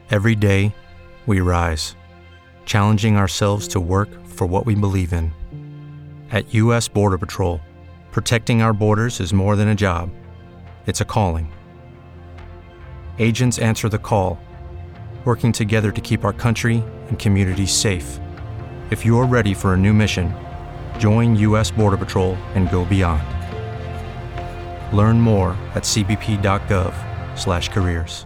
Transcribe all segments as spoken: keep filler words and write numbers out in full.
Every day, we rise, challenging ourselves to work for what we believe in. At U S Border Patrol, protecting our borders is more than a job, it's a calling. Agents answer the call, working together to keep our country and communities safe. If you are ready for a new mission, join U S Border Patrol and go beyond. Learn more at c b p dot gov slash careers.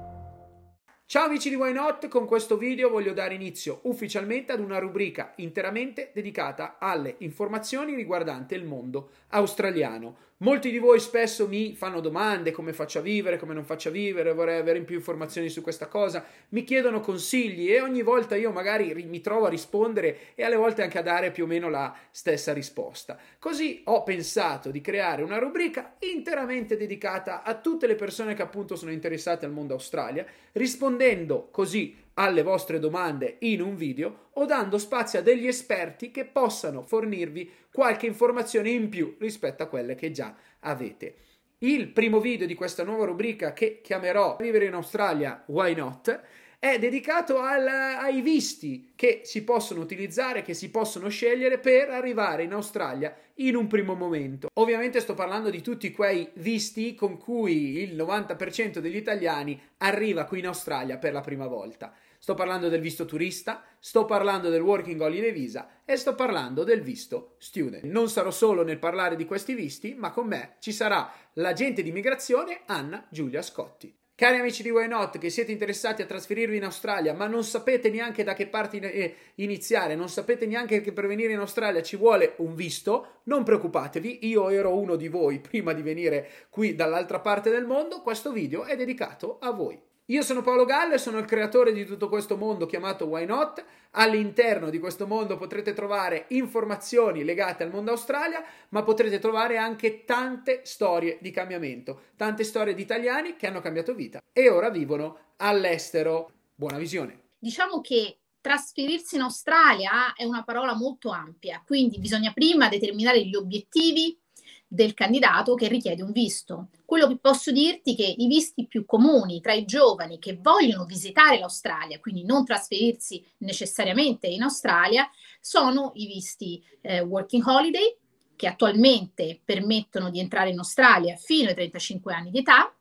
Ciao amici di Why Not, con questo video voglio dare inizio ufficialmente ad una rubrica interamente dedicata alle informazioni riguardanti il mondo australiano. Molti di voi spesso mi fanno domande: come faccio a vivere, come non faccio a vivere, vorrei avere più informazioni su questa cosa, mi chiedono consigli e ogni volta io magari mi trovo a rispondere e alle volte anche a dare più o meno la stessa risposta. Così ho pensato di creare una rubrica interamente dedicata a tutte le persone che appunto sono interessate al mondo Australia, rispondendo così alle vostre domande in un video o dando spazio a degli esperti che possano fornirvi qualche informazione in più rispetto a quelle che già avete. Il primo video di questa nuova rubrica, che chiamerò Vivere in Australia Why Not, è dedicato al, ai visti che si possono utilizzare, che si possono scegliere per arrivare in Australia in un primo momento. Ovviamente sto parlando di tutti quei visti con cui il novanta per cento degli italiani arriva qui in Australia per la prima volta. Sto parlando del visto turista, sto parlando del Working Holiday Visa e sto parlando del visto student. Non sarò solo nel parlare di questi visti, ma con me ci sarà l'agente di immigrazione Anna Giulia Scotti. Cari amici di Why Not, che siete interessati a trasferirvi in Australia ma non sapete neanche da che parte iniziare, non sapete neanche che per venire in Australia ci vuole un visto, non preoccupatevi, io ero uno di voi prima di venire qui dall'altra parte del mondo. Questo video è dedicato a voi. Io sono Paolo Gallo e sono il creatore di tutto questo mondo chiamato Why Not. All'interno di questo mondo potrete trovare informazioni legate al mondo Australia, ma potrete trovare anche tante storie di cambiamento, tante storie di italiani che hanno cambiato vita e ora vivono all'estero. Buona visione. Diciamo che trasferirsi in Australia è una parola molto ampia, quindi bisogna prima determinare gli obiettivi del candidato che richiede un visto. Quello che posso dirti è che i visti più comuni tra i giovani che vogliono visitare l'Australia, quindi non trasferirsi necessariamente in Australia, sono i visti eh, Working Holiday, che attualmente permettono di entrare in Australia fino ai trentacinque anni di età,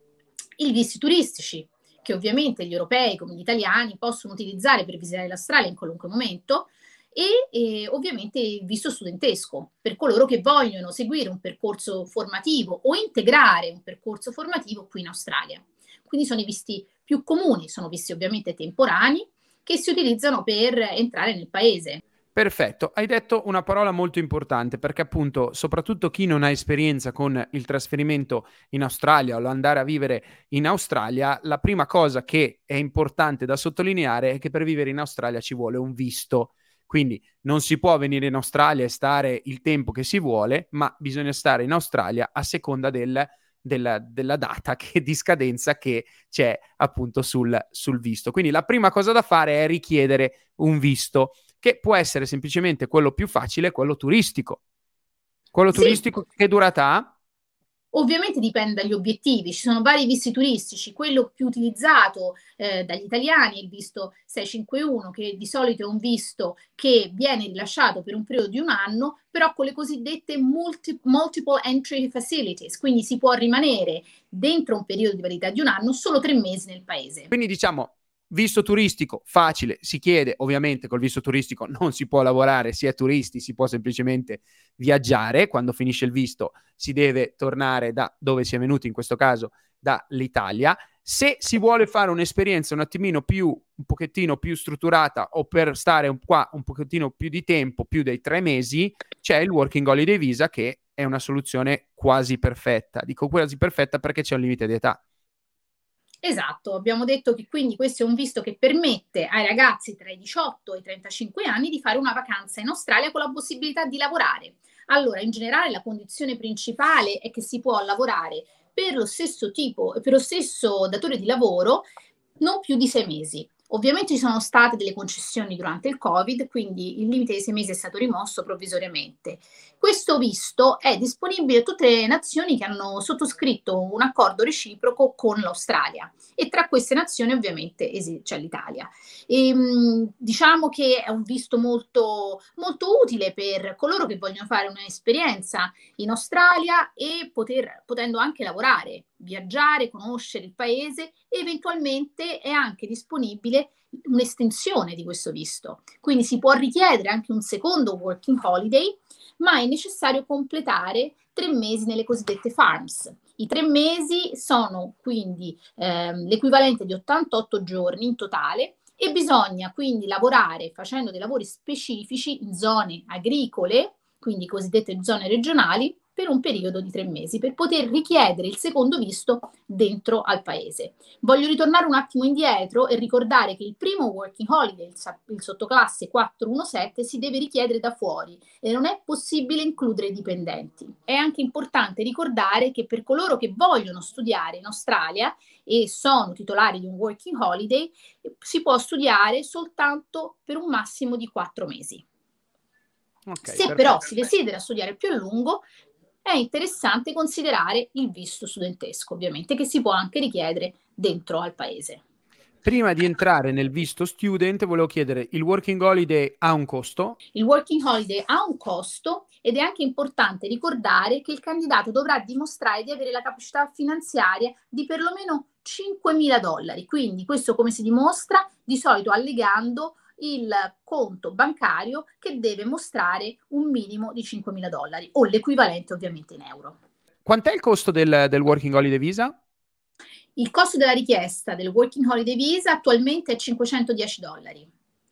i visti turistici, che ovviamente gli europei come gli italiani possono utilizzare per visitare l'Australia in qualunque momento, e, e ovviamente il visto studentesco per coloro che vogliono seguire un percorso formativo o integrare un percorso formativo qui in Australia. Quindi sono i visti più comuni, sono visti ovviamente temporanei che si utilizzano per entrare nel paese. Perfetto, hai detto una parola molto importante, perché appunto soprattutto chi non ha esperienza con il trasferimento in Australia o l'andare a vivere in Australia, la prima cosa che è importante da sottolineare è che per vivere in Australia ci vuole un visto. Quindi non si può venire in Australia e stare il tempo che si vuole, ma bisogna stare in Australia a seconda del, della, della data che, di scadenza che c'è appunto sul, sul visto. Quindi la prima cosa da fare è richiedere un visto, che può essere semplicemente quello più facile, quello turistico. Quello Sì. Turistico che durata ha? Ovviamente dipende dagli obiettivi, ci sono vari visti turistici, quello più utilizzato eh, dagli italiani è il visto seicentocinquantuno, che di solito è un visto che viene rilasciato per un periodo di un anno, però con le cosiddette multi, multiple entry facilities, quindi si può rimanere dentro un periodo di validità di un anno solo tre mesi nel paese. Quindi diciamo, visto turistico facile, si chiede, ovviamente col visto turistico non si può lavorare, si è turisti, si può semplicemente viaggiare. Quando finisce il visto si deve tornare da dove si è venuti, in questo caso dall'Italia. Se si vuole fare un'esperienza un attimino più, un pochettino più strutturata, o per stare un, qua un pochettino più di tempo, più dei tre mesi, c'è il Working Holiday Visa, che è una soluzione quasi perfetta. Dico quasi perfetta perché c'è un limite di età. Esatto, abbiamo detto che quindi questo è un visto che permette ai ragazzi tra i diciotto e i trentacinque anni di fare una vacanza in Australia con la possibilità di lavorare. Allora, in generale la condizione principale è che si può lavorare per lo stesso tipo, per lo stesso datore di lavoro non più di sei mesi. Ovviamente ci sono state delle concessioni durante il Covid, quindi il limite dei sei mesi è stato rimosso provvisoriamente. Questo visto è disponibile a tutte le nazioni che hanno sottoscritto un accordo reciproco con l'Australia, e tra queste nazioni ovviamente c'è l'Italia. E, mh, diciamo che è un visto molto, molto utile per coloro che vogliono fare un'esperienza in Australia e poter, potendo anche lavorare, viaggiare, conoscere il paese, e eventualmente è anche disponibile un'estensione di questo visto. Quindi si può richiedere anche un secondo working holiday, ma è necessario completare tre mesi nelle cosiddette farms. I tre mesi sono quindi ehm, l'equivalente di ottantotto giorni in totale, e bisogna quindi lavorare facendo dei lavori specifici in zone agricole, quindi cosiddette zone regionali, per un periodo di tre mesi, per poter richiedere il secondo visto dentro al paese. Voglio ritornare un attimo indietro e ricordare che il primo working holiday, il, il sottoclasse quattrocentodiciassette, si deve richiedere da fuori e non è possibile includere i dipendenti. È anche importante ricordare che per coloro che vogliono studiare in Australia e sono titolari di un working holiday, si può studiare soltanto per un massimo di quattro mesi. Okay, Se perfetto. Però si desidera studiare più a lungo, è interessante considerare il visto studentesco, ovviamente, che si può anche richiedere dentro al paese. Prima di entrare nel visto student, volevo chiedere, il working holiday ha un costo? Il working holiday ha un costo, ed è anche importante ricordare che il candidato dovrà dimostrare di avere la capacità finanziaria di perlomeno cinquemila dollari. Quindi questo come si dimostra? Di solito allegando il conto bancario che deve mostrare un minimo di cinquemila dollari, o l'equivalente ovviamente in euro. Quant'è il costo del, del Working Holiday Visa? Il costo della richiesta del Working Holiday Visa attualmente è cinquecentodieci dollari.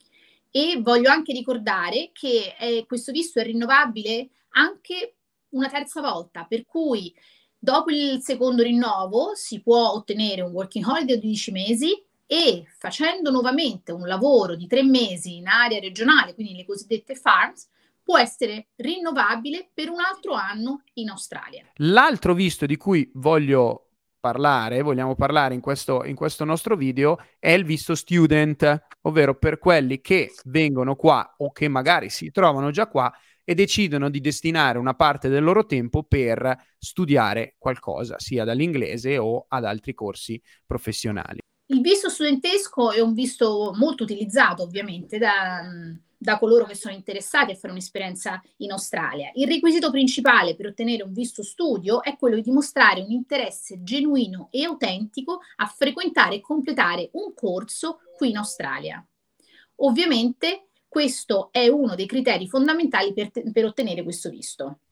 E voglio anche ricordare che eh, questo visto è rinnovabile anche una terza volta, per cui dopo il secondo rinnovo si può ottenere un Working Holiday di dodici mesi, e facendo nuovamente un lavoro di tre mesi in area regionale, quindi le cosiddette farms, può essere rinnovabile per un altro anno in Australia. L'altro visto di cui voglio parlare, vogliamo parlare in questo, in questo nostro video, è il visto student, ovvero per quelli che vengono qua o che magari si trovano già qua e decidono di destinare una parte del loro tempo per studiare qualcosa, sia dall'inglese o ad altri corsi professionali. Il visto studentesco è un visto molto utilizzato ovviamente da, da coloro che sono interessati a fare un'esperienza in Australia. Il requisito principale per ottenere un visto studio è quello di dimostrare un interesse genuino e autentico a frequentare e completare un corso qui in Australia. Ovviamente questo è uno dei criteri fondamentali per, per ottenere questo visto.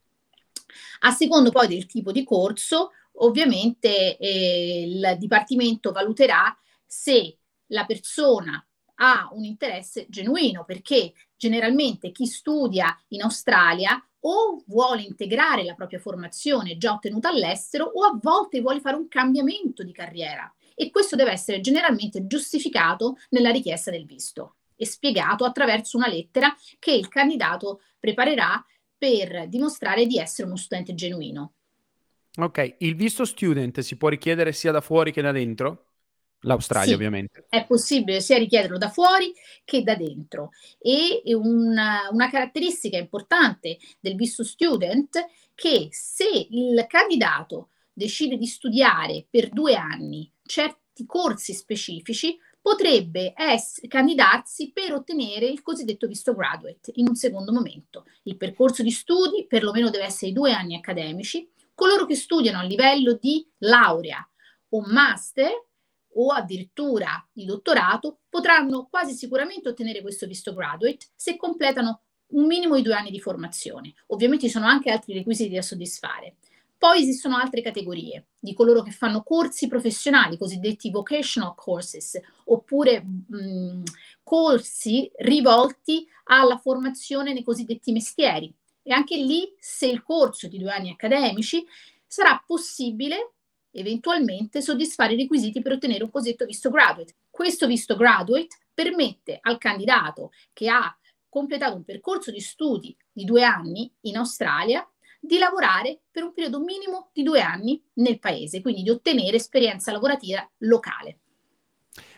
A secondo poi del tipo di corso, ovviamente eh, il Dipartimento valuterà se la persona ha un interesse genuino, perché generalmente chi studia in Australia o vuole integrare la propria formazione già ottenuta all'estero, o a volte vuole fare un cambiamento di carriera, e questo deve essere generalmente giustificato nella richiesta del visto e spiegato attraverso una lettera che il candidato preparerà per dimostrare di essere uno studente genuino. Ok, il visto student si può richiedere sia da fuori che da dentro? L'Australia, sì, ovviamente. È possibile sia richiederlo da fuori che da dentro. E una, una caratteristica importante del visto student, che se il candidato decide di studiare per due anni certi corsi specifici, potrebbe ess- candidarsi per ottenere il cosiddetto visto graduate in un secondo momento. Il percorso di studi perlomeno deve essere due anni accademici. Coloro che studiano a livello di laurea o master o addirittura di dottorato potranno quasi sicuramente ottenere questo visto graduate se completano un minimo di due anni di formazione. Ovviamente ci sono anche altri requisiti da soddisfare. Poi esistono altre categorie di coloro che fanno corsi professionali, cosiddetti vocational courses, oppure mh, corsi rivolti alla formazione nei cosiddetti mestieri. E anche lì, se il corso è di due anni accademici, sarà possibile eventualmente soddisfare i requisiti per ottenere un cosiddetto visto graduate. Questo visto graduate permette al candidato che ha completato un percorso di studi di due anni in Australia di lavorare per un periodo minimo di due anni nel paese, quindi di ottenere esperienza lavorativa locale.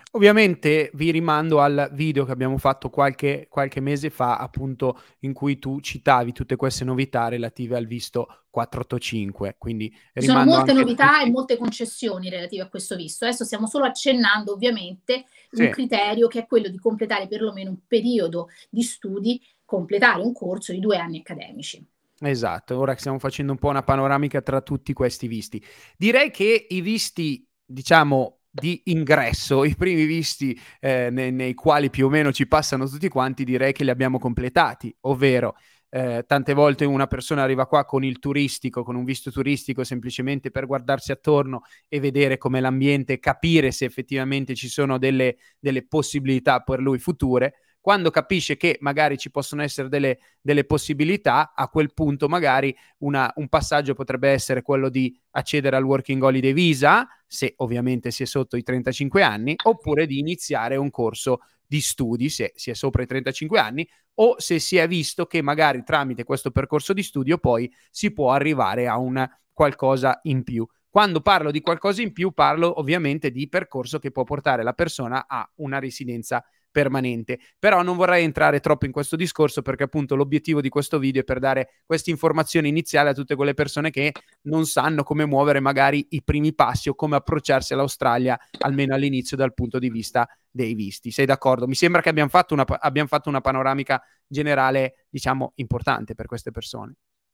Ovviamente vi rimando al video che abbiamo fatto qualche, qualche mese fa, appunto, in cui tu citavi tutte queste novità relative al visto quattrocentottantacinque, quindi Ci sono rimando molte anche novità e tutti. molte concessioni relative a questo visto. Adesso stiamo solo accennando ovviamente un Sì, criterio che è quello di completare perlomeno un periodo di studi, completare un corso di due anni accademici. esatto, ora che stiamo facendo un po' una panoramica tra tutti questi visti. Direi che i visti, diciamo, di ingresso, i primi visti eh, nei, nei quali più o meno ci passano tutti quanti, direi che li abbiamo completati, ovvero eh, tante volte una persona arriva qua con il turistico, con un visto turistico semplicemente per guardarsi attorno e vedere com'è l'ambiente, capire se effettivamente ci sono delle, delle possibilità per lui future. Quando capisce che magari ci possono essere delle, delle possibilità, a quel punto magari una, un passaggio potrebbe essere quello di accedere al Working Holiday Visa, se ovviamente si è sotto i trentacinque anni, oppure di iniziare un corso di studi se si è sopra i trentacinque anni, o se si è visto che magari tramite questo percorso di studio poi si può arrivare a un qualcosa in più. Quando parlo di qualcosa in più parlo ovviamente di percorso che può portare la persona a una residenza permanente. Però non vorrei entrare troppo in questo discorso, perché appunto l'obiettivo di questo video è per dare questa informazione iniziale a tutte quelle persone che non sanno come muovere magari i primi passi o come approcciarsi all'Australia, almeno all'inizio, dal punto di vista dei visti. Sei d'accordo? Mi sembra che abbiamo fatto una, abbiamo fatto una panoramica generale, diciamo, importante per queste persone.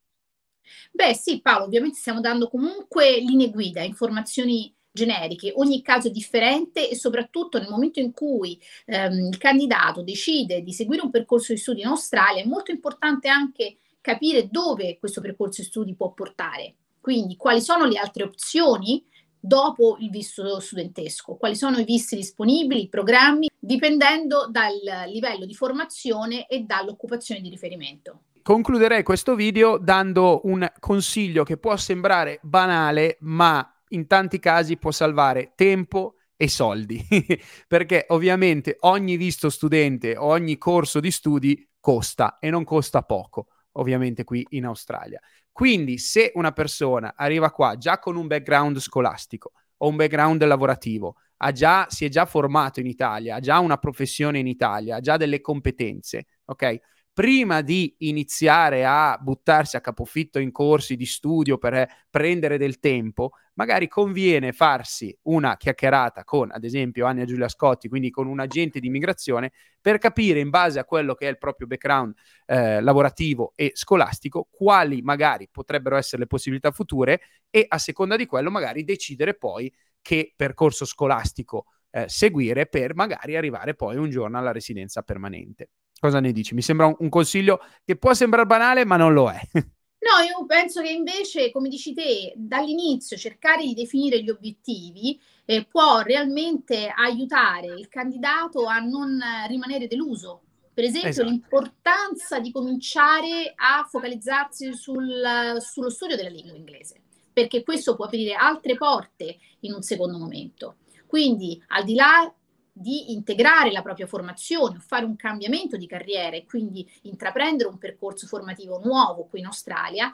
Beh sì, Paolo, ovviamente stiamo dando comunque linee guida, informazioni generiche, ogni caso è differente e soprattutto nel momento in cui ehm, il candidato decide di seguire un percorso di studi in Australia è molto importante anche capire dove questo percorso di studi può portare, quindi quali sono le altre opzioni dopo il visto studentesco, quali sono i visti disponibili, i programmi, dipendendo dal livello di formazione e dall'occupazione di riferimento. Concluderei questo video dando un consiglio che può sembrare banale, ma in tanti casi può salvare tempo e soldi, perché ovviamente ogni visto studente, ogni corso di studi costa e non costa poco, ovviamente qui in Australia. Quindi se una persona arriva qua già con un background scolastico o un background lavorativo, ha già, si è già formato in Italia, ha già una professione in Italia, ha già delle competenze, ok? Prima di iniziare a buttarsi a capofitto in corsi di studio per prendere del tempo, magari conviene farsi una chiacchierata con, ad esempio, Anna Giulia Scotti, quindi con un agente di immigrazione, per capire in base a quello che è il proprio background eh, lavorativo e scolastico quali magari potrebbero essere le possibilità future e a seconda di quello magari decidere poi che percorso scolastico eh, seguire per magari arrivare poi un giorno alla residenza permanente. Cosa ne dici? Mi sembra un, un consiglio che può sembrare banale, ma non lo è. No, io penso che invece, come dici te, dall'inizio cercare di definire gli obiettivi eh, può realmente aiutare il candidato a non rimanere deluso. Per esempio, Esatto. l'importanza di cominciare a focalizzarsi sul, sullo studio della lingua inglese, perché questo può aprire altre porte in un secondo momento. Quindi, al di là di integrare la propria formazione o fare un cambiamento di carriera e quindi intraprendere un percorso formativo nuovo qui in Australia,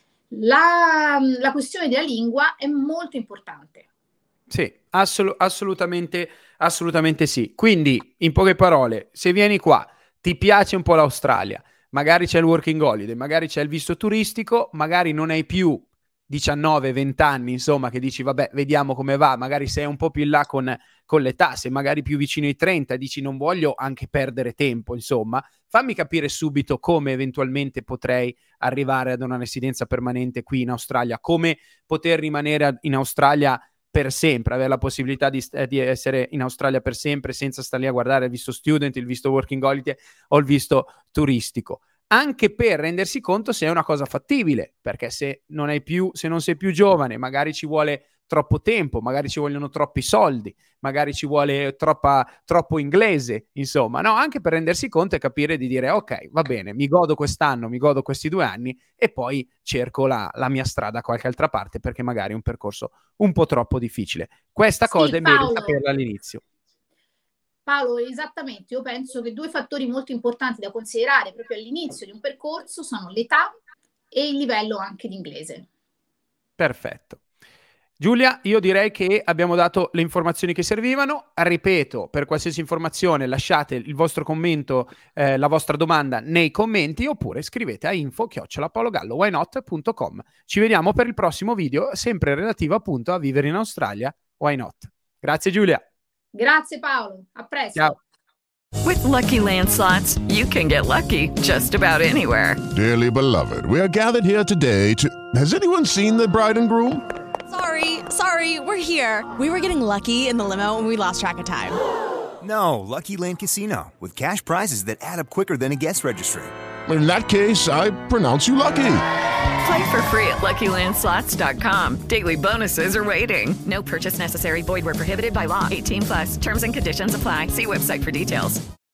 la, la questione della lingua è molto importante. Sì, assol- assolutamente, assolutamente sì. Quindi, in poche parole, se vieni qua, ti piace un po' l'Australia, magari c'è il working holiday, magari c'è il visto turistico, magari non hai più diciannove venti anni, insomma, che dici vabbè, vediamo come va, magari sei un po' più in là con, con l'età, sei magari più vicino ai trenta, dici non voglio anche perdere tempo, insomma, fammi capire subito come eventualmente potrei arrivare ad una residenza permanente qui in Australia, come poter rimanere in Australia per sempre, avere la possibilità di, di essere in Australia per sempre senza stare lì a guardare il visto student, il visto working holiday o il visto turistico. Anche per rendersi conto se è una cosa fattibile, perché se non hai più, se non sei più giovane, magari ci vuole troppo tempo, magari ci vogliono troppi soldi, magari ci vuole troppa, troppo inglese, insomma, no? Anche per rendersi conto e capire di dire ok, va bene, mi godo quest'anno, mi godo questi due anni e poi cerco la, la mia strada da qualche altra parte perché magari è un percorso un po' troppo difficile. Questa cosa Sì, è meglio Paolo. saperla all'inizio. Paolo, esattamente, io penso che due fattori molto importanti da considerare proprio all'inizio di un percorso sono l'età e il livello anche di inglese. Perfetto. Giulia, io direi che abbiamo dato le informazioni che servivano. Ripeto, per qualsiasi informazione lasciate il vostro commento, eh, la vostra domanda nei commenti, oppure scrivete a info chiocciola paologallo why not punto com. Ci vediamo per il prossimo video, sempre relativo appunto a vivere in Australia. Why not? Grazie Giulia. Grazie Paolo, a presto. Ciao. With Lucky Land Slots, you can get lucky just about anywhere. Dearly beloved, we are gathered here today to... Has anyone seen the bride and groom? Sorry, sorry, we're here. We were getting lucky in the limo and we lost track of time. No, Lucky Land Casino, with cash prizes that add up quicker than a guest registry. In that case, I pronounce you lucky. Play for free at lucky land slots dot com. Daily bonuses are waiting. No purchase necessary. Void where prohibited by law. eighteen plus. Terms and conditions apply. See website for details.